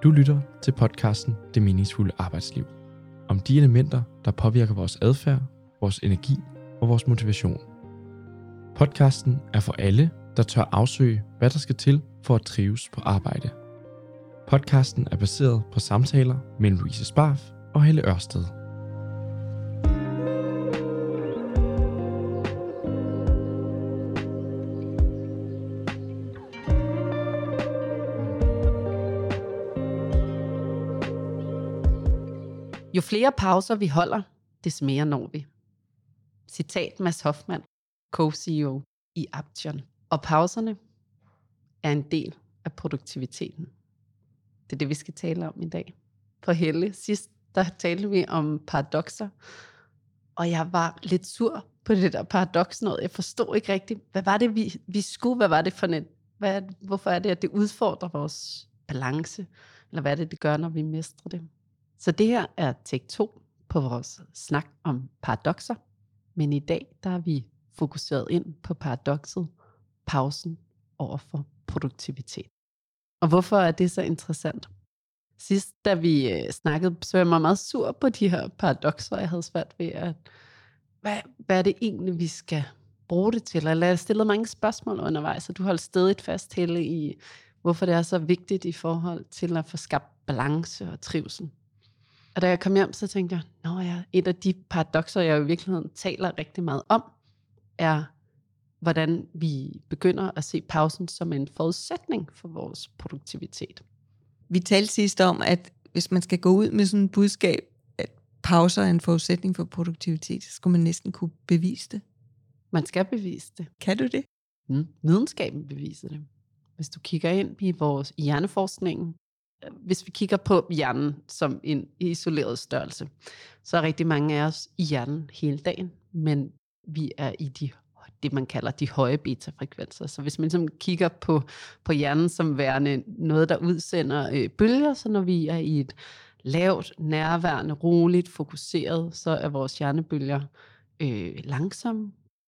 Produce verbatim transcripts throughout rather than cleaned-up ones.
Du lytter til podcasten Det meningsfulde arbejdsliv. Om de elementer, der påvirker vores adfærd, vores energi og vores motivation. Podcasten er for alle, der tør afsøge, hvad der skal til for at trives på arbejde. Podcasten er baseret på samtaler mellem Louise Sparf og Helle Ørsted. Jo flere pauser vi holder, des mere når vi. Citat Mads Hoffmann, co-C E O i Aption. Og pauserne er en del af produktiviteten. Det er det, vi skal tale om i dag. For Helle, sidst der talte vi om paradokser, og jeg var lidt sur på det der paradoks noget. Jeg forstod ikke rigtigt, hvad var det, vi, vi skulle? Hvad var det for et, hvad, hvorfor er det, at det udfordrer vores balance? Eller hvad er det, det gør, når vi mestrer det? Så det her er take to på vores snak om paradokser. Men i dag, der er vi fokuseret ind på paradokset, pausen over for produktivitet. Og hvorfor er det så interessant? Sidst, da vi øh, snakkede, så var jeg meget sur på de her paradokser. Jeg havde svært ved at, hvad, hvad er det egentlig, vi skal bruge det til? Eller jeg stillede mange spørgsmål undervejs, og du holdt stadig fast, Helle, i hvorfor det er så vigtigt i forhold til at få skabt balance og trivsel. Og da jeg kom hjem, så tænkte jeg, nå ja, et af de paradokser, jeg i virkeligheden taler rigtig meget om, er, hvordan vi begynder at se pausen som en forudsætning for vores produktivitet. Vi talte sidst om, at hvis man skal gå ud med sådan et budskab, at pauser er en forudsætning for produktivitet, så skulle man næsten kunne bevise det. Man skal bevise det. Kan du det? Mm. Videnskaben beviser det. Hvis du kigger ind i vores i hjerneforskningen, hvis vi kigger på hjernen som en isoleret størrelse, så er rigtig mange af os i hjernen hele dagen, men vi er i de, det, man kalder de høje beta-frekvenser. Så hvis man ligesom kigger på, på hjernen som værende noget, der udsender øh, bølger, så når vi er i et lavt, nærværende, roligt, fokuseret, så er vores hjernebølger øh, langsomme.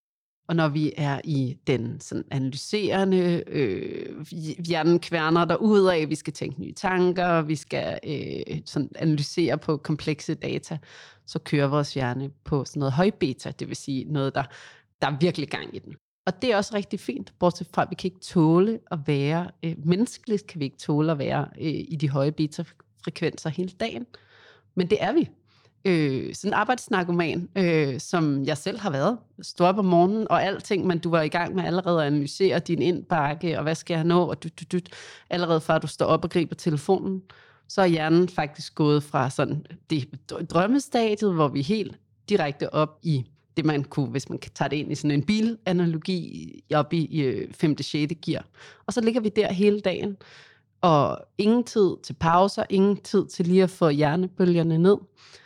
Og når vi er i den sådan analyserende, øh, hjernen kværner derudad, vi skal tænke nye tanker, vi skal øh, sådan analysere på komplekse data, så kører vores hjerne på sådan noget højbeta, det vil sige noget, der, der er virkelig gang i den. Og det er også rigtig fint, bortset fra, at vi kan ikke tåle at være, øh, menneskeligt kan vi ikke tåle at være øh, i de høje beta-frekvenser hele dagen, men det er vi. Øh, sådan en arbejdsnarkoman, øh, som jeg selv har været. Stå op om morgenen og alting, men du var i gang med allerede at analysere din indbakke, og hvad skal jeg nå, og du, du, du, allerede før du står op og griber telefonen, så er hjernen faktisk gået fra sådan det drømmestadiet, hvor vi er helt direkte op i det, man kunne, hvis man kan tage det ind i sådan en bilanalogi, op i, i femte sjette gear. Og så ligger vi der hele dagen, og ingen tid til pauser, ingen tid til lige at få hjernebølgerne ned.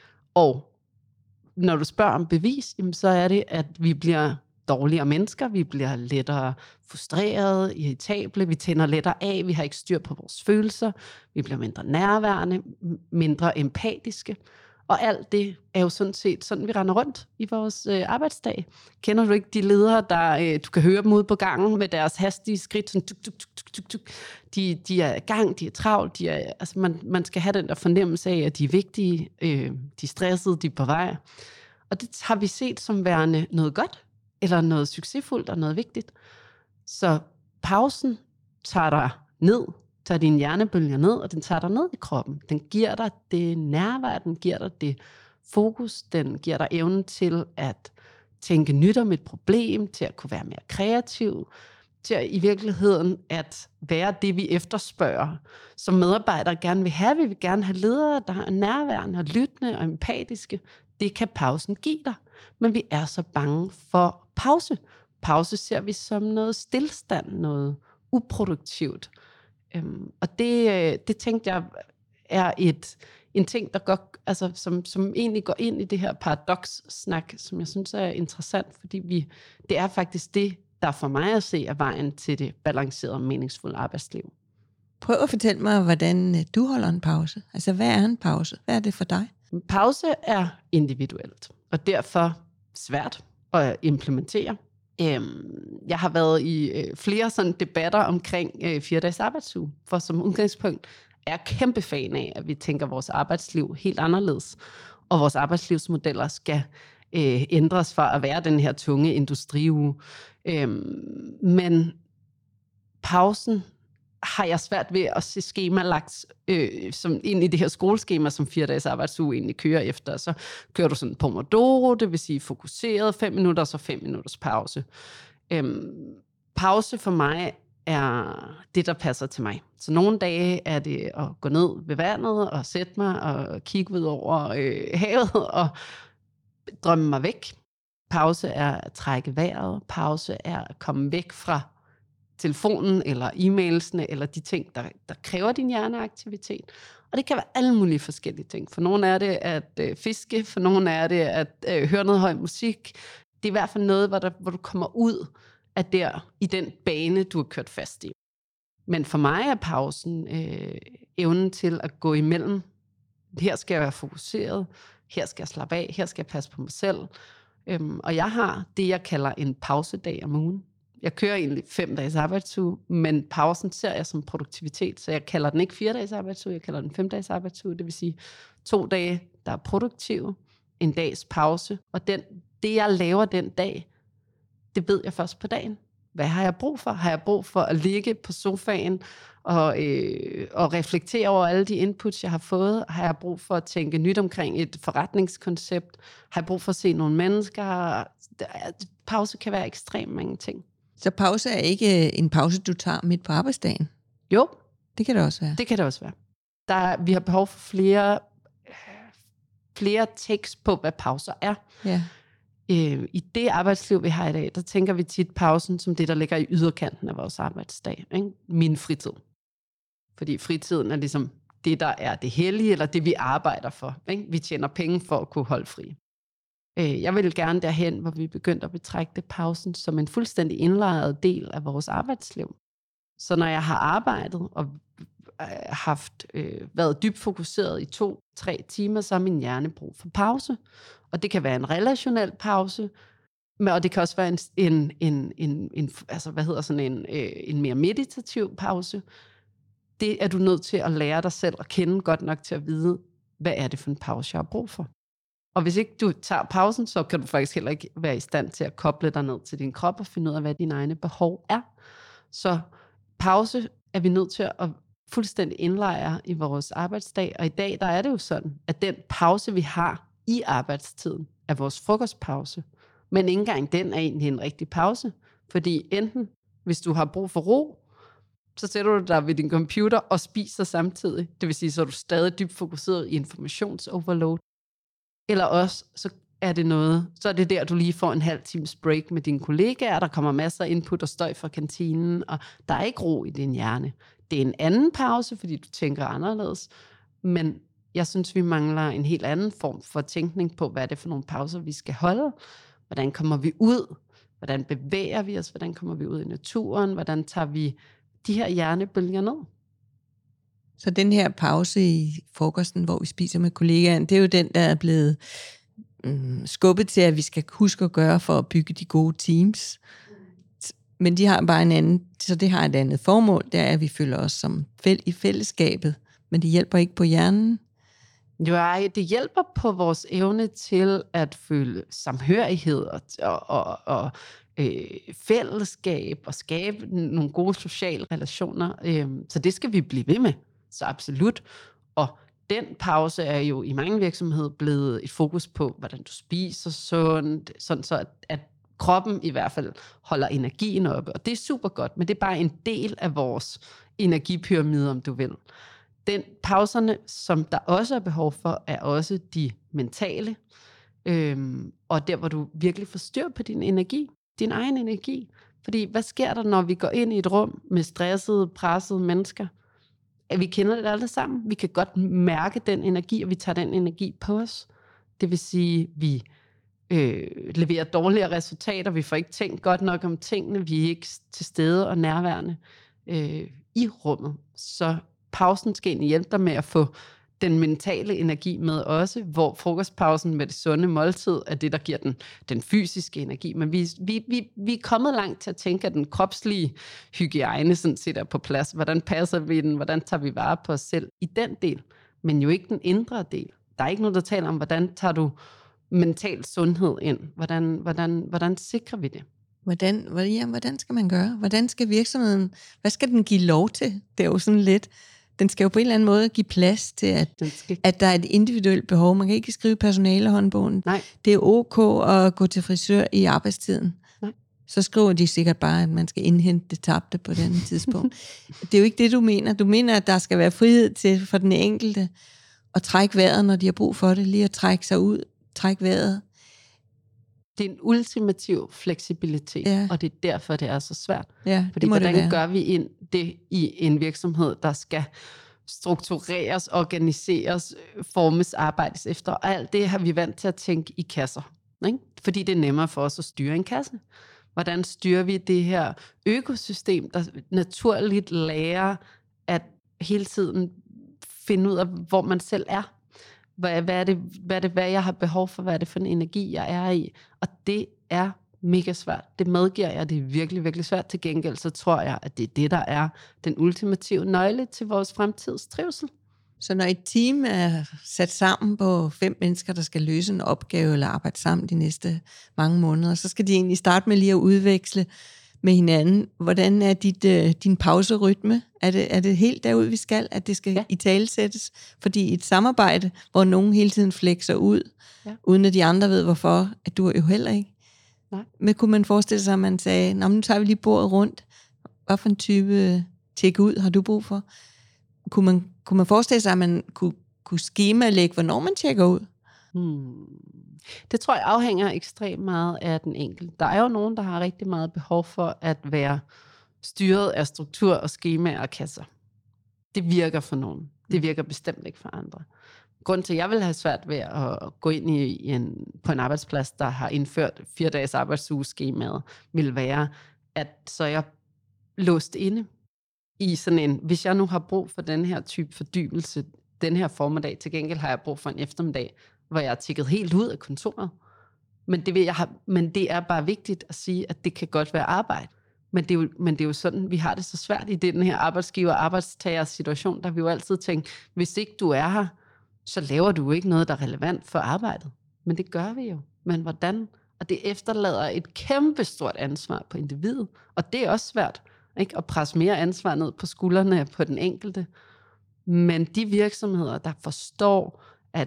Og når du spørger om bevis, så er det, at vi bliver dårligere mennesker, vi bliver lettere frustrerede, irritable, vi tænder lettere af, vi har ikke styr på vores følelser, vi bliver mindre nærværende, mindre empatiske. Og alt det er jo sådan set sådan, vi render rundt i vores øh, arbejdsdag. Kender du ikke de ledere, der øh, du kan høre dem ude på gangen med deres hastige skridt, sådan tuk, tuk, tuk, tuk, tuk. De, de er i gang, de er travlt, de er, altså man, man skal have den der fornemmelse af, at de er vigtige, øh, de er stressede, de er på vej. Og det har vi set som værende noget godt, eller noget succesfuldt og noget vigtigt. Så pausen tager dig ned, tager dine hjernebølger ned, og den tager dig ned i kroppen. Den giver dig det nærvær, den giver dig det fokus, den giver dig evnen til at tænke nyt om et problem, til at kunne være mere kreativ, til at i virkeligheden at være det, vi efterspørger. Som medarbejdere gerne vil have, vi vil gerne have ledere, der er nærværende og lyttende og empatiske. Det kan pausen give dig, men vi er så bange for pause. Pause ser vi som noget stillstand, noget uproduktivt. Øhm, og det, det tænkte jeg er et, en ting, der går, altså, som, som egentlig går ind i det her paradoks-snak, som jeg synes er interessant, fordi vi, det er faktisk det, der for mig at se er vejen til det balancerede og meningsfulde arbejdsliv. Prøv at fortælle mig, hvordan du holder en pause. Altså, hvad er en pause? Hvad er det for dig? En pause er individuelt, og derfor svært at implementere. Jeg har været i flere sådan debatter omkring fire dages arbejdsuge, for som udgangspunkt er kæmpe fan af, at vi tænker vores arbejdsliv helt anderledes, og vores arbejdslivsmodeller skal øh, ændres fra at være den her tunge industriuge. Øhm, men pausen har jeg svært ved at se skemalagt øh, som ind i det her skoleskema, som fire dages arbejdsuge egentlig kører efter. Så kører du sådan Pomodoro, det vil sige fokuseret, fem minutter, så fem minutters pause. Øhm, pause for mig er det, der passer til mig. Så nogle dage er det at gå ned ved vandet og sætte mig og kigge ud over øh, havet og drømme mig væk. Pause er at trække vejret. Pause er at komme væk fra telefonen eller e-mailsene eller de ting, der, der kræver din hjerneaktivitet. Og det kan være alle mulige forskellige ting. For nogle er det at øh, fiske, for nogle er det at øh, høre noget høj musik. Det er i hvert fald noget, hvor, der, hvor du kommer ud af der i den bane, du har kørt fast i. Men for mig er pausen øh, evnen til at gå imellem. Her skal jeg være fokuseret, her skal jeg slappe af, her skal jeg passe på mig selv. Øhm, og jeg har det, jeg kalder en pausedag om ugen. Jeg kører egentlig fem dages arbejdsuge, men pausen ser jeg som produktivitet, så jeg kalder den ikke fire dages arbejdsuge, jeg kalder den fem dages arbejdsuge. Det vil sige to dage, der er produktive, en dags pause, og den, det, jeg laver den dag, det ved jeg først på dagen. Hvad har jeg brug for? Har jeg brug for at ligge på sofaen og, øh, og reflektere over alle de inputs, jeg har fået? Har jeg brug for at tænke nyt omkring et forretningskoncept? Har jeg brug for at se nogle mennesker? Pause kan være ekstremt mange ting. Så pause er ikke en pause, du tager midt på arbejdsdagen? Jo. Det kan det også være. Det kan det også være. Der, vi har behov for flere, flere tekst på, hvad pauser er. Ja. Øh, I det arbejdsliv, vi har i dag, der tænker vi tit pausen som det, der ligger i yderkanten af vores arbejdsdag. Ikke? Min fritid. Fordi fritiden er ligesom det, der er det hellige, eller det, vi arbejder for. Ikke? Vi tjener penge for at kunne holde fri. Øh, jeg vil gerne derhen, hvor vi begyndte at betragte pausen som en fuldstændig indlejret del af vores arbejdsliv. Så når jeg har arbejdet og haft øh, været dybt fokuseret i to, tre timer, så har min hjerne brug for pause. Og det kan være en relationel pause, men, og det kan også være en, en, en, en, en altså hvad hedder sådan en, øh, en mere meditativ pause. Det er du nødt til at lære dig selv at kende godt nok til at vide, hvad er det for en pause, jeg har brug for. Og hvis ikke du tager pausen, så kan du faktisk heller ikke være i stand til at koble dig ned til din krop og finde ud af, hvad dine egne behov er. Så pause er vi nødt til at fuldstændig indlejre i vores arbejdsdag. Og i dag, der er det jo sådan, at den pause, vi har i arbejdstiden, er vores frokostpause. Men ikke engang den er egentlig en rigtig pause. Fordi enten, hvis du har brug for ro, så sætter du dig ved din computer og spiser samtidig. Det vil sige, så er du stadig dybt fokuseret i informationsoverload. Eller også, så er det noget, så er det der, du lige får en halv times break med dine kollegaer, der kommer masser af input og støj fra kantinen, og der er ikke ro i din hjerne. Det er en anden pause, fordi du tænker anderledes, men jeg synes, vi mangler en helt anden form for tænkning på, hvad er det for nogle pauser, vi skal holde. Hvordan kommer vi ud? Hvordan bevæger vi os? Hvordan kommer vi ud i naturen? Hvordan tager vi de her hjernebølger ned? Så den her pause i frokosten, hvor vi spiser med kollegaen, det er jo den, der er blevet mm, skubbet til, at vi skal huske at gøre for at bygge de gode teams. Men de har bare en anden, så det har et andet formål, det er, at vi føler os som fæl i fællesskabet, men det hjælper ikke på hjernen. Jo, det hjælper på vores evne til at føle samhørighed og, og, og, og øh, fællesskab og skabe nogle gode sociale relationer. Øh, så det skal vi blive ved med. Så absolut. Og den pause er jo i mange virksomheder blevet et fokus på, hvordan du spiser sundt, sådan så at, at kroppen i hvert fald holder energien oppe. Og det er super godt, men det er bare en del af vores energipyramide, om du vil. Den pauserne, som der også er behov for, er også de mentale. Øhm, og der, hvor du virkelig får styr på din energi, din egen energi. Fordi hvad sker der, når vi går ind i et rum med stressede, pressede mennesker? At vi kender det alle sammen. Vi kan godt mærke den energi, og vi tager den energi på os. Det vil sige, vi øh, leverer dårligere resultater, vi får ikke tænkt godt nok om tingene, vi er ikke til stede og nærværende øh, i rummet. Så pausen skal egentlig hjælpe dig med at få den mentale energi med også, hvor frokostpausen med det sunde måltid er det, der giver den, den fysiske energi. Men vi, vi, vi, vi er kommet langt til at tænke, at den kropslige hygiejne sådan set er på plads. Hvordan passer vi den? Hvordan tager vi vare på os selv i den del? Men jo ikke den indre del. Der er ikke noget, der taler om, hvordan tager du mental sundhed ind? Hvordan, hvordan, hvordan sikrer vi det? Hvordan, ja, hvordan skal man gøre? Hvordan skal virksomheden, hvad skal den give lov til? Det er jo sådan lidt, den skal jo på en eller anden måde give plads til, at, skal... at der er et individuelt behov. Man kan ikke skrive personalehåndbogen. Nej. Det er ok at gå til frisør i arbejdstiden. Nej. Så skriver de sikkert bare, at man skal indhente det tabte på den tidspunkt. Det er jo ikke det, du mener. Du mener, at der skal være frihed til for den enkelte at trække vejret, når de har brug for det. Lige at trække sig ud, trække vejret. Det er en ultimativ fleksibilitet, ja. Og det er derfor, det er så svært. Ja, fordi hvordan gør vi ind det i en virksomhed, der skal struktureres, organiseres, formes, arbejdes efter. Og alt det har vi vant til at tænke i kasser. Ikke? Fordi det er nemmere for os at styre en kasse. Hvordan styrer vi det her økosystem, der naturligt lærer at hele tiden finde ud af, hvor man selv er? Hvad, hvad, er det, hvad er det, hvad jeg har behov for? Hvad er det for en energi, jeg er i? Og det er mega svært. Det medgiver jeg, det er virkelig, virkelig svært. Til gengæld, så tror jeg, at det er det, der er den ultimative nøgle til vores fremtids trivsel. Så når et team er sat sammen på fem mennesker, der skal løse en opgave eller arbejde sammen de næste mange måneder, så skal de egentlig starte med lige at udveksle med hinanden. Hvordan er dit, øh, din pauserytme? Er det, er det helt derud, vi skal, at det skal ja. italesættes? Fordi et samarbejde, hvor nogen hele tiden flexer ud, ja. uden at de andre ved hvorfor, at du er jo heller ikke. Nej. Men kunne man forestille sig, at man sagde, nå, nu tager vi lige bordet rundt. Hvad for en type tjekke-ud har du brug for? Kunne man, kunne man forestille sig, at man kunne, kunne skemalægge, hvornår man tjekker ud? Hmm. Det tror jeg afhænger ekstremt meget af den enkelte. Der er jo nogen, der har rigtig meget behov for at være styret af struktur og skemaer og kasser. Det virker for nogen. Det virker bestemt ikke for andre. Grunden til, at jeg vil have svært ved at gå ind i en, på en arbejdsplads, der har indført fire dages arbejdsuge-skemaet, vil være, at så er jeg låst inde i sådan en, hvis jeg nu har brug for den her type fordybelse, den her formiddag, til gengæld har jeg brug for en eftermiddag, hvor jeg er tikket helt ud af kontoret. Men det, vil jeg have, men det er bare vigtigt at sige, at det kan godt være arbejde. Men det, er jo, men det er jo sådan, vi har det så svært i den her arbejdsgiver-arbejdstager situation, der vi jo altid tænker, hvis ikke du er her, så laver du jo ikke noget, der er relevant for arbejdet. Men det gør vi jo. Men hvordan? Og det efterlader et kæmpestort ansvar på individet. Og det er også svært, ikke? At presse mere ansvar ned på skuldrene på den enkelte. Men de virksomheder, der forstår at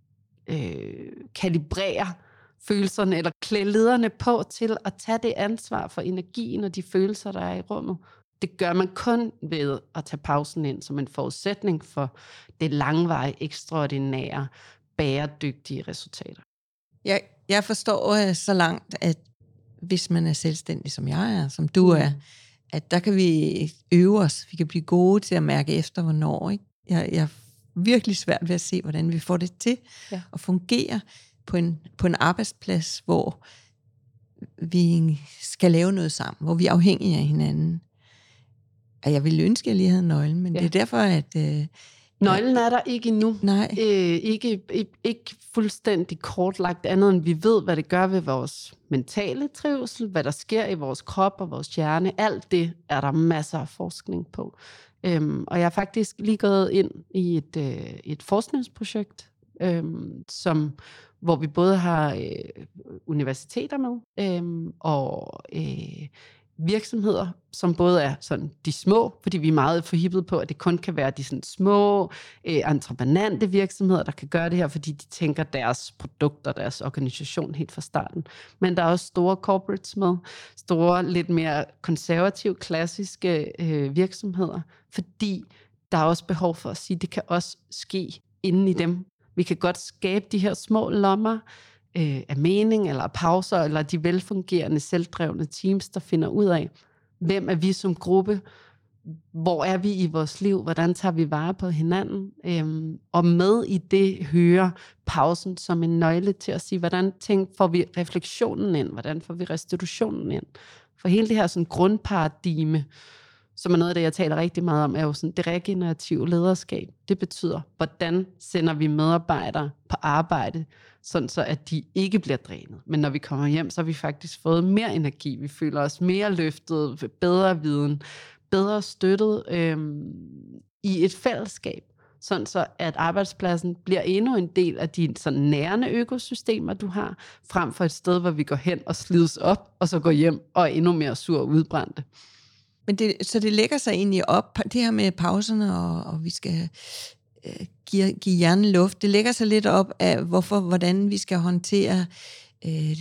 øh, kalibrere følelserne, eller klæde lederne på til at tage det ansvar for energien og de følelser, der er i rummet, det gør man kun ved at tage pausen ind som en forudsætning for det langvarige, ekstraordinære, bæredygtige resultater. Jeg, jeg forstår så langt, at hvis man er selvstændig, som jeg er, som du er, at der kan vi øve os, vi kan blive gode til at mærke efter, hvornår. Ikke? Jeg, jeg er virkelig svært ved at se, hvordan vi får det til ja. at fungere på en, på en arbejdsplads, hvor vi skal lave noget sammen, hvor vi er afhængige af hinanden. Og jeg ville ønske, at jeg lige havde nøglen, men ja. det er derfor, at... Øh, Nøglen er der ikke endnu. Nej. Øh, ikke, ikke, ikke fuldstændig kortlagt andet, end vi ved, hvad det gør ved vores mentale trivsel, hvad der sker i vores krop og vores hjerne. Alt det er der masser af forskning på. Øhm, og jeg er faktisk lige gået ind i et, øh, et forskningsprojekt, øhm, som, hvor vi både har øh, universiteter med øhm, og... Øh, virksomheder, som både er sådan de små, fordi vi er meget forhippet på, at det kun kan være de sådan små, øh, entreprenante virksomheder, der kan gøre det her, fordi de tænker deres produkter, deres organisation helt fra starten. Men der er også store corporates med, store, lidt mere konservative, klassiske øh, virksomheder, fordi der er også behov for at sige, at det kan også ske inden i dem. Vi kan godt skabe de her små lommer, af mening, eller pauser, eller de velfungerende, selvdrevne teams, der finder ud af, hvem er vi som gruppe, hvor er vi i vores liv, hvordan tager vi vare på hinanden, øhm, og med i det hører pausen som en nøgle til at sige, hvordan tænk, får vi refleksionen ind, hvordan får vi restitutionen ind, for hele det her sådan grundparadigme, som er noget af det, jeg taler rigtig meget om, er jo sådan det regenerative lederskab. Det betyder, hvordan sender vi medarbejdere på arbejde, sådan så at de ikke bliver drænet. Men når vi kommer hjem, så har vi faktisk fået mere energi. Vi føler os mere løftet, bedre viden, bedre støttet øhm, i et fællesskab. Sådan så at arbejdspladsen bliver endnu en del af de sådan nærende økosystemer, du har, frem for et sted, hvor vi går hen og slides op, og så går hjem og er endnu mere sur og udbrændte. Men det, så det lægger sig egentlig op, det her med pauserne, og, og vi skal øh, give, give hjernen luft, det lægger sig lidt op af, hvorfor, hvordan vi skal håndtere øh,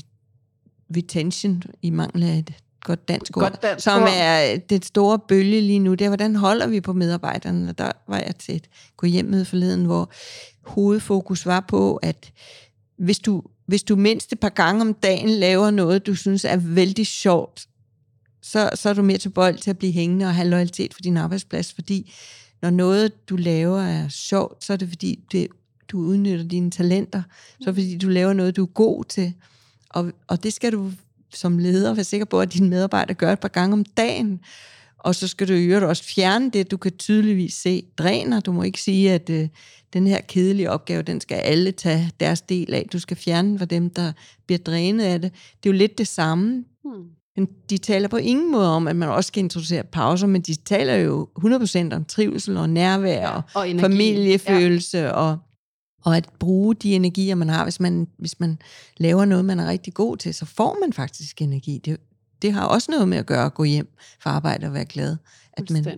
retention i mangel af et godt dansk ord, godt dansk som ord. er det store bølge lige nu. Det er, hvordan holder vi på medarbejderne? Der var jeg til et gå hjem med forleden, hvor hovedfokus var på, at hvis du, hvis du mindst et par gange om dagen laver noget, du synes er vældig sjovt, så, så er du mere tilbøjelig til at blive hængende og have loyalitet for din arbejdsplads, fordi når noget, du laver, er sjovt, så er det fordi, det, du udnytter dine talenter, så er det fordi, du laver noget, du er god til, og, og det skal du som leder være sikker på, at dine medarbejdere gør et par gange om dagen, og så skal du i øvrigt også fjerne det, du kan tydeligvis se dræner. Du må ikke sige, at øh, den her kedelige opgave, den skal alle tage deres del af. Du skal fjerne den for dem, der bliver drænet af det. Det er jo lidt det samme. Hmm. Men de taler på ingen måde om, at man også skal introducere pauser, men de taler jo hundrede procent om trivsel og nærvær og, og familiefølelse ja. og, og at bruge de energier, man har. Hvis man, hvis man laver noget, man er rigtig god til, så får man faktisk energi. Det, det har også noget med at gøre at gå hjem fra arbejde og være glad. At man,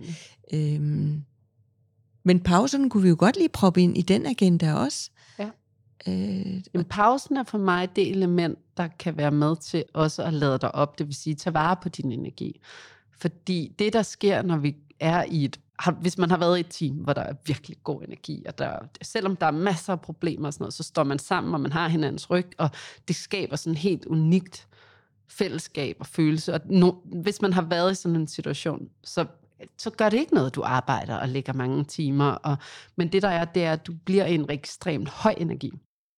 øhm, men pauserne kunne vi jo godt lige proppe ind i den agenda også. Ja. Øh, Men pausen er for mig det element, der kan være med til også at lade dig op, det vil sige tage vare på din energi. Fordi det, der sker, når vi er i et, hvis man har været i et team, hvor der er virkelig god energi, og der, selvom der er masser af problemer og sådan noget, så står man sammen, og man har hinandens ryg, og det skaber sådan helt unikt fællesskab og følelse. Og no, hvis man har været i sådan en situation, så så gør det ikke noget, du arbejder og lægger mange timer. Og, men det der er, det er, at du bliver i en ekstremt høj energi.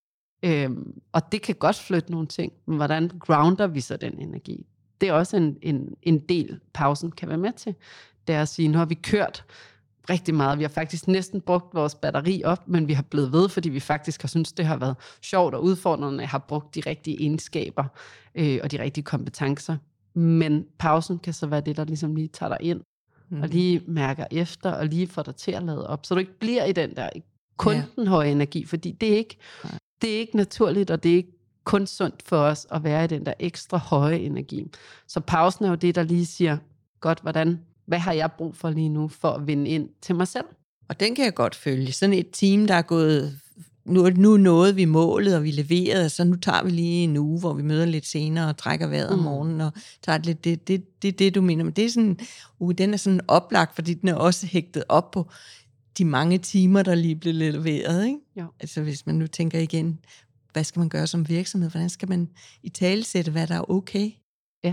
Øhm, og det kan godt flytte nogle ting, men hvordan grounder vi så den energi? Det er også en, en, en del, pausen kan være med til. Det er at sige, nu har vi kørt rigtig meget. Vi har faktisk næsten brugt vores batteri op, men vi har blevet ved, fordi vi faktisk har syntes, det har været sjovt og udfordrende, har brugt de rigtige egenskaber øh, og de rigtige kompetencer. Men pausen kan så være det, der ligesom lige tager dig ind, og lige mærker efter, og lige får dig til at lade op. Så du ikke bliver i den der kun ja. den høje energi, fordi det er, ikke, det er ikke naturligt, og det er ikke kun sundt for os at være i den der ekstra høje energi. Så pausen er jo det, der lige siger, godt, hvordan, hvad har jeg brug for lige nu, for at vinde ind til mig selv? Og den kan jeg godt følge. Sådan et team, der er gået, nu, nu nåede vi målet, og vi leverede, så nu tager vi lige en uge, hvor vi møder lidt senere, og trækker vejret mm. om morgenen, og tager lidt det, det, det, det, du mener. Men det er sådan, uh, den er sådan oplagt, fordi den er også hægtet op på de mange timer, der lige blev leveret, ikke? Ja. Altså hvis man nu tænker igen, hvad skal man gøre som virksomhed? Hvordan skal man italesætte, hvad der er okay? Ja.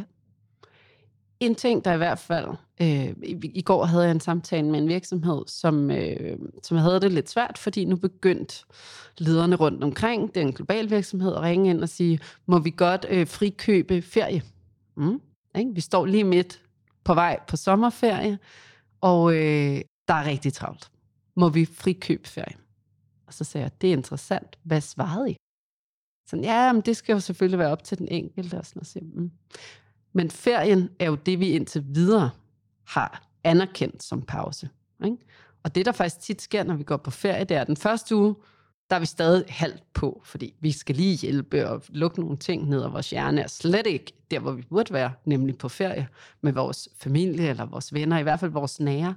En ting, der i hvert fald, øh, i, i går havde jeg en samtale med en virksomhed, som, øh, som havde det lidt svært, fordi nu begyndte lederne rundt omkring, det er en global virksomhed, at ringe ind og sige, må vi godt øh, frikøbe ferie? Mm, ikke? Vi står lige midt på vej på sommerferie, og øh, der er rigtig travlt. Må vi frikøbe ferie? Og så sagde jeg, det er interessant. Hvad svarede I? Sådan, ja, men det skal jo selvfølgelig være op til den enkelte. Og sådan noget. Mm. Men ferien er jo det, vi indtil videre har anerkendt som pause. Ikke? Og det, der faktisk tit sker, når vi går på ferie, det er den første uge, der er vi stadig halvt på, fordi vi skal lige hjælpe og lukke nogle ting ned, og vores hjerne er slet ikke der, hvor vi burde være, nemlig på ferie med vores familie eller vores venner, i hvert fald vores nære.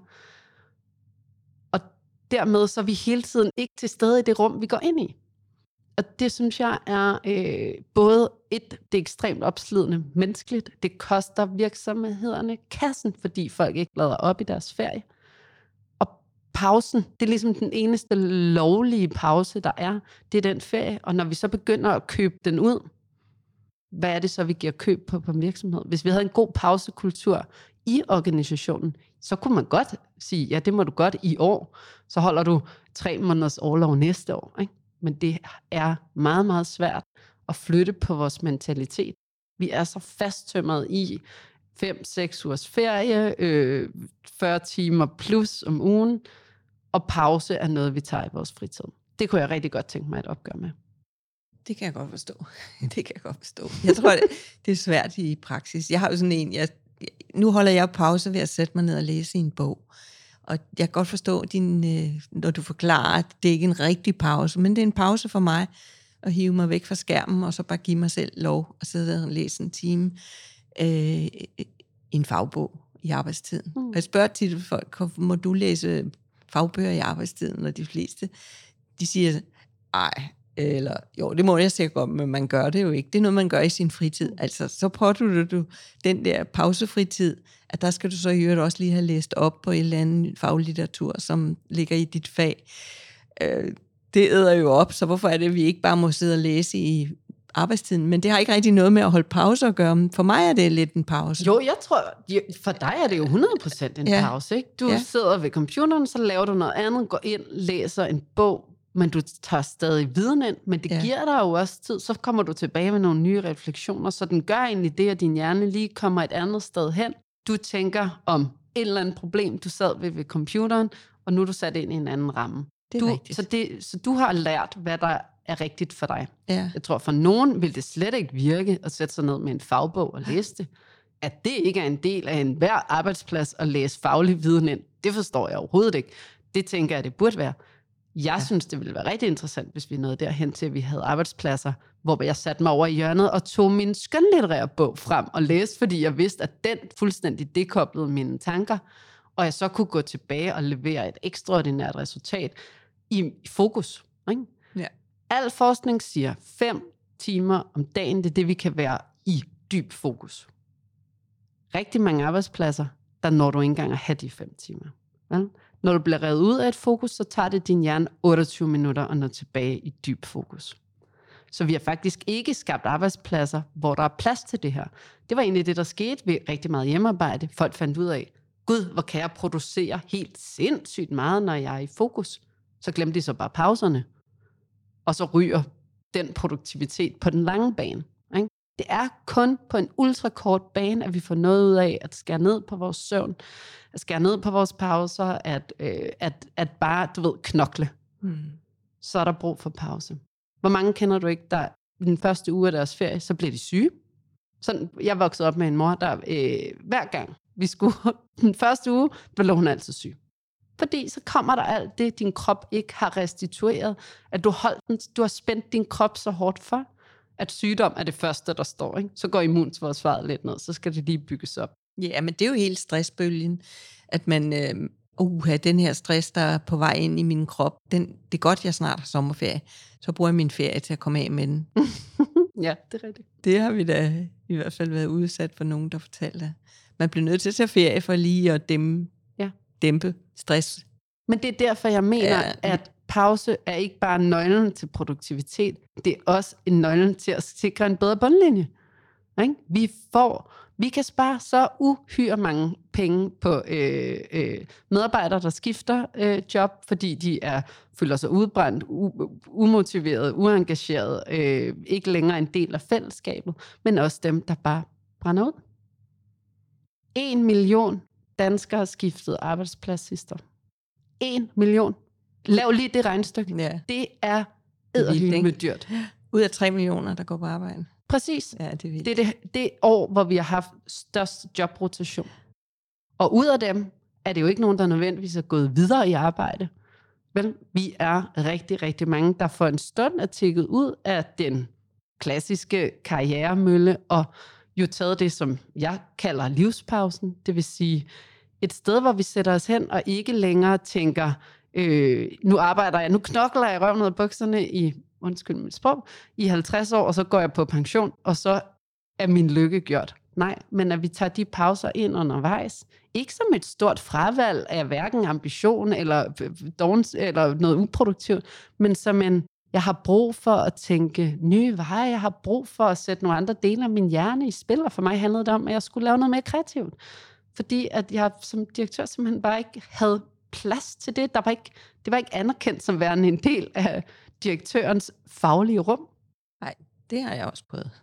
Og dermed så er vi hele tiden ikke til stede i det rum, vi går ind i. Og det synes jeg er øh, både et, det er ekstremt opslidende menneskeligt, det koster virksomhederne kassen, fordi folk ikke lader op i deres ferie. Og pausen, det er ligesom den eneste lovlige pause, der er, det er den ferie. Og når vi så begynder at købe den ud, hvad er det så, vi giver køb på på en virksomhed? Hvis vi havde en god pausekultur i organisationen, så kunne man godt sige, ja, det må du godt i år, så holder du tre måneders orlov næste år, ikke? Men det er meget, meget svært at flytte på vores mentalitet. Vi er så fasttømret i, fem seks ugers ferie, øh, fyrre timer plus om ugen, og pause er noget, vi tager i vores fritid. Det kunne jeg rigtig godt tænke mig et opgør med. Det kan jeg godt forstå. Det kan jeg godt forstå. Jeg tror, det, det er svært i praksis. Jeg har jo sådan en, jeg, nu holder jeg pause ved at sætte mig ned og læse i en bog. Og jeg kan godt forstå, din, når du forklarer, at det ikke er en rigtig pause, men det er en pause for mig at hive mig væk fra skærmen, og så bare give mig selv lov at sidde og læse en time øh, i en fagbog i arbejdstiden. Mm. Og jeg spørger tit folk, må du læse fagbøger i arbejdstiden, og de fleste, de siger, ej, eller jo, det må jeg sikkert godt, men man gør det jo ikke. Det er noget, man gør i sin fritid. Altså, så pådutter du den der pausefritid, at der skal du så i øvrigt også lige have læst op på en eller anden faglitteratur, som ligger i dit fag. Øh, det æder jo op, så hvorfor er det, at vi ikke bare må sidde og læse i arbejdstiden? Men det har ikke rigtig noget med at holde pause at gøre. For mig er det lidt en pause. Jo, jeg tror, for dig er det jo hundrede procent en ja. pause, ikke? Du ja. sidder ved computeren, så laver du noget andet, går ind, læser en bog, men du tager stadig viden ind, men det ja. giver dig jo også tid, så kommer du tilbage med nogle nye refleksioner, så den gør egentlig det, at din hjerne lige kommer et andet sted hen. Du tænker om et eller andet problem, du sad ved ved computeren, og nu er du sat ind i en anden ramme. Det er du, rigtigt. Så, det, så du har lært, hvad der er rigtigt for dig. Ja. Jeg tror, for nogen vil det slet ikke virke at sætte sig ned med en fagbog og læse det. At det ikke er en del af enhver arbejdsplads at læse faglig viden ind, det forstår jeg overhovedet ikke. Det tænker jeg, det burde være. Jeg ja. synes, det ville være rigtig interessant, hvis vi nåede derhen til, at vi havde arbejdspladser, hvor jeg satte mig over i hjørnet og tog min skønlitterære bog frem og læste, fordi jeg vidste, at den fuldstændig dekoblede mine tanker, og jeg så kunne gå tilbage og levere et ekstraordinært resultat i, i fokus. Ikke? Ja. Al forskning siger, fem timer om dagen, det er det, vi kan være i dyb fokus. Rigtig mange arbejdspladser, der når du ikke engang at have de fem timer. Ja? Når du bliver revet ud af et fokus, så tager det din hjerne otteogtyve minutter at nå tilbage i dyb fokus. Så vi har faktisk ikke skabt arbejdspladser, hvor der er plads til det her. Det var egentlig det, der skete ved rigtig meget hjemmearbejde. Folk fandt ud af, gud, hvor kan jeg producere helt sindssygt meget, når jeg er i fokus. Så glemte de så bare pauserne. Og så ryger den produktivitet på den lange bane. Ikke? Det er kun på en ultrakort bane, at vi får noget ud af at skære ned på vores søvn, at skære ned på vores pauser, at, øh, at, at bare, du ved, knokle. Hmm. Så er der brug for pause. Hvor mange kender du ikke, der i den første uge af deres ferie, så bliver de syge? Sådan, jeg voksede op med en mor, der øh, hver gang vi skulle den første uge, der lå hun altid syg. Fordi så kommer der alt det, din krop ikke har restitueret, at du, holdt den, du har spændt din krop så hårdt for, at sygdom er det første, der står. Ikke? Så går immunforsvaret lidt ned, så skal det lige bygges op. Ja, men det er jo helt stressbølgen, at man, øh, uh, den her stress, der er på vej ind i min krop, den, det er godt, jeg snart har sommerferie, så bruger jeg min ferie til at komme af med den. Ja, det er rigtigt. Det har vi da i hvert fald været udsat for nogen, der fortalte. Man bliver nødt til at tage ferie for lige at dæmpe, ja. dæmpe stress. Men det er derfor, jeg mener, ja. at pause er ikke bare nøglen til produktivitet, det er også en nøglen til at sikre en bedre bundlinje. Ikke? Vi får, vi kan spare så uhyre mange penge på øh, øh, medarbejdere, der skifter øh, job, fordi de er føler sig udbrændt, u- umotiveret, uengageret, øh, ikke længere en del af fællesskabet, men også dem, der bare brænder ud. En million danskere skiftede arbejdsplads sidste år. En million. Lav lige det regnestykke. Ja. Det er edderhylende dyrt. Ud af tre millioner, der går på arbejde. Præcis. Ja, det, er det er det, det år, hvor vi har haft størst jobrotation. Og ud af dem er det jo ikke nogen, der nødvendigvis er gået videre i arbejde. Vel, vi er rigtig, rigtig mange, der for en stund er tækket ud af den klassiske karrieremølle, og jo taget det, som jeg kalder livspausen. Det vil sige et sted, hvor vi sætter os hen og ikke længere tænker, øh, nu arbejder jeg, nu knokler jeg røven ud af bukserne i, undskyld mit sprog, i halvtreds år, og så går jeg på pension, og så er min lykke gjort. Nej, men at vi tager de pauser ind undervejs, ikke som et stort fravalg af hverken ambition eller, eller noget uproduktivt, men som en, jeg har brug for at tænke nye veje, jeg har brug for at sætte nogle andre dele af min hjerne i spil, og for mig handlede det om, at jeg skulle lave noget mere kreativt. Fordi at jeg som direktør simpelthen bare ikke havde plads til det. Der var ikke, det var ikke anerkendt som værende en del af direktørens faglige rum. Nej, det har jeg også prøvet.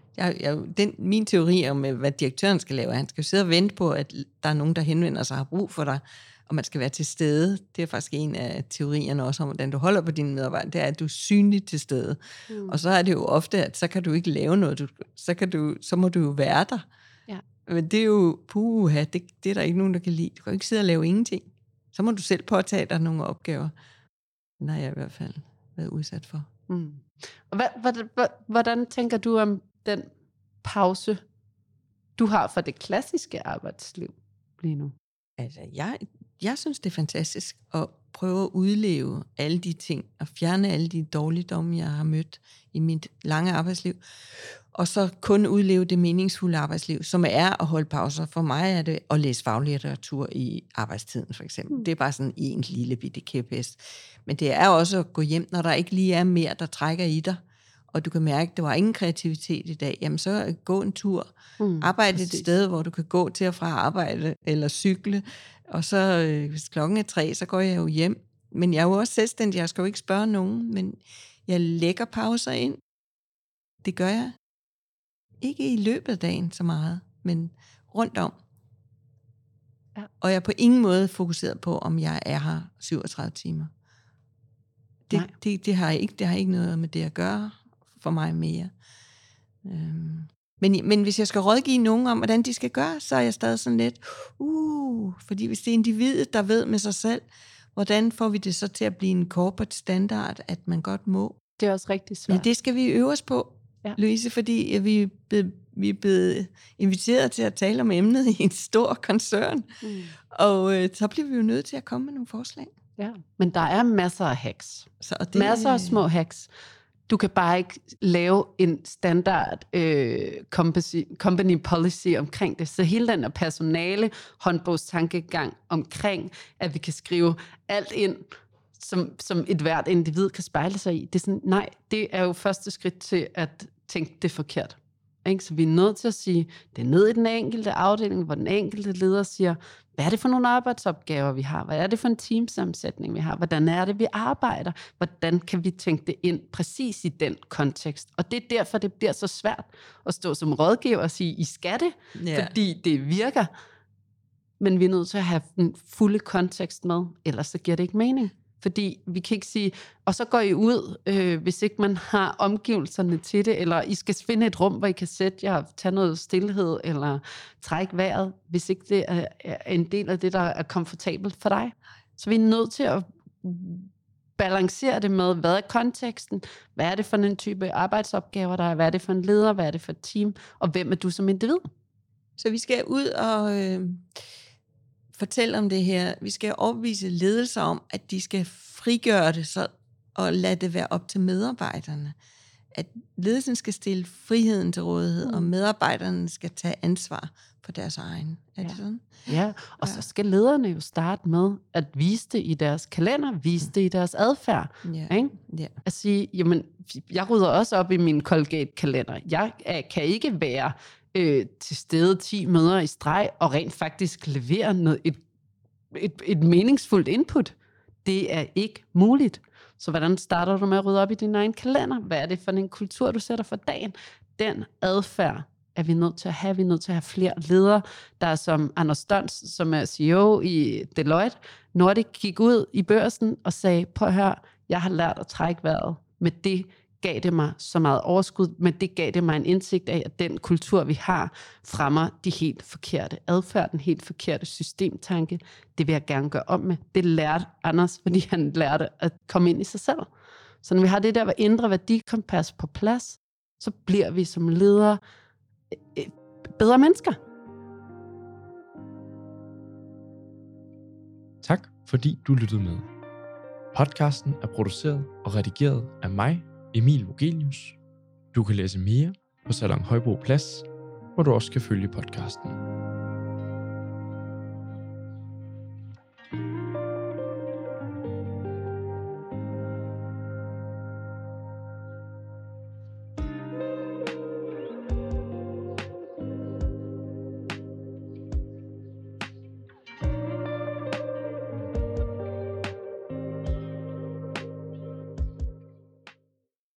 Jeg, jeg, den, min teori om, hvad direktøren skal lave, han skal jo sidde og vente på, at der er nogen, der henvender sig og har brug for dig, og man skal være til stede. Det er faktisk en af teorierne også om, hvordan du holder på dine medarbejdere, det er, at du er synlig til stede. Mm. Og så er det jo ofte, at så kan du ikke lave noget, du, så, kan du, så må du jo være der. Ja. Men det er jo, puha, det, det er der ikke nogen, der kan lide. Du kan jo ikke sidde og lave ingenting. Så må du selv påtage dig nogle opgaver. Den har jeg i hvert fald været udsat for. Mm. Og hvad, hvordan, hvordan tænker du om den pause, du har for det klassiske arbejdsliv lige nu? Altså, jeg, jeg synes, det er fantastisk at prøve at udleve alle de ting, og fjerne alle de dårligdomme, jeg har mødt i mit lange arbejdsliv, og så kun udleve det meningsfulde arbejdsliv, som er at holde pauser. For mig er det at læse faglitteratur i arbejdstiden, for eksempel. Mm. Det er bare sådan en lille bitte kæphest. Men det er også at gå hjem, når der ikke lige er mere, der trækker i dig, og du kan mærke, at der var ingen kreativitet i dag, jamen så gå en tur. Mm, arbejde præcis. Et sted, hvor du kan gå til og fra arbejde, eller cykle, og så øh, hvis klokken er tre, så går jeg jo hjem. Men jeg er jo også selvstændig, jeg skal jo ikke spørge nogen, men jeg lægger pauser ind. Det gør jeg. Ikke i løbet af dagen så meget, men rundt om. Ja. Og jeg er på ingen måde fokuseret på, om jeg er her syvogtredive timer. Det, det, det, har ikke, det har ikke noget med det at gøre for mig mere. Øhm. Men, men hvis jeg skal rådgive nogen om, hvordan de skal gøre, så er jeg stadig sådan lidt, uh, fordi hvis det er individet, der ved med sig selv, hvordan får vi det så til at blive en corporate standard, at man godt må? Det er også rigtig svært. Men det skal vi øve os på, ja. Louise, fordi vi er, blevet, vi er blevet inviteret til at tale om emnet i en stor koncern, mm. og øh, så bliver vi jo nødt til at komme med nogle forslag. Ja, men der er masser af hacks. Så det, masser af små hacks. Du kan bare ikke lave en standard øh, company policy omkring det. Så hele den her personale håndbogstankegang omkring, at vi kan skrive alt ind, som, som et hvert individ kan spejle sig i. Det er sådan, nej, det er jo første skridt til at tænke det forkert. Ikke? Så vi er nødt til at sige, det er ned i den enkelte afdeling, hvor den enkelte leder siger, hvad er det for nogle arbejdsopgaver, vi har? Hvad er det for en teamsammensætning, vi har? Hvordan er det, vi arbejder? Hvordan kan vi tænke det ind præcis i den kontekst? Og det er derfor, det bliver så svært at stå som rådgiver og sige, I skal det, yeah. fordi det virker. Men vi er nødt til at have den fulde kontekst med, ellers så giver det ikke mening. Fordi vi kan ikke sige, og så går I ud, øh, hvis ikke man har omgivelserne til det, eller I skal finde et rum, hvor I kan sætte jer, tage noget stillhed, eller trække vejret, hvis ikke det er, er en del af det, der er komfortabelt for dig. Så vi er nødt til at balancere det med, hvad er konteksten, hvad er det for en type arbejdsopgaver, der er, hvad er det for en leder, hvad er det for et team, og hvem er du som individ? Så vi skal ud og øh, fortælle om det her. Vi skal overbevise ledelser om, at de skal frigøre det så, og lade det være op til medarbejderne. At ledelsen skal stille friheden til rådighed, mm. og medarbejderne skal tage ansvar for deres egen. Er det ja. sådan? Ja, og ja. Så skal lederne jo starte med at vise det i deres kalender, vise mm. det i deres adfærd. Ja. Ikke? Ja. At sige, jamen, jeg rydder også op i min Colgate-kalender. Jeg kan ikke være øh, til stede ti møder i streg, og rent faktisk levere noget, et, et, et meningsfuldt input. Det er ikke muligt. Så hvordan starter du med at rydde op i din egen kalender? Hvad er det for en kultur, du sætter for dagen? Den adfærd er vi nødt til at have. Vi er nødt til at have flere ledere, der er som Anders Dons, som er C E O i Deloitte. Nordic gik ud i børsen og sagde, prøv at høre, jeg har lært at trække vejret. Med det gav det mig så meget overskud, men det gav det mig en indsigt af, at den kultur, vi har, fremmer de helt forkerte adfærd, den helt forkerte systemtanke. Det vil jeg gerne gøre om med. Det lærte Anders, fordi han lærte at komme ind i sig selv. Så når vi har det der indre værdikompas på plads, så bliver vi som ledere bedre mennesker. Tak, fordi du lyttede med. Podcasten er produceret og redigeret af mig, Emil Vogelius. Du kan læse mere på Salon Højbro Plads, hvor du også kan følge podcasten.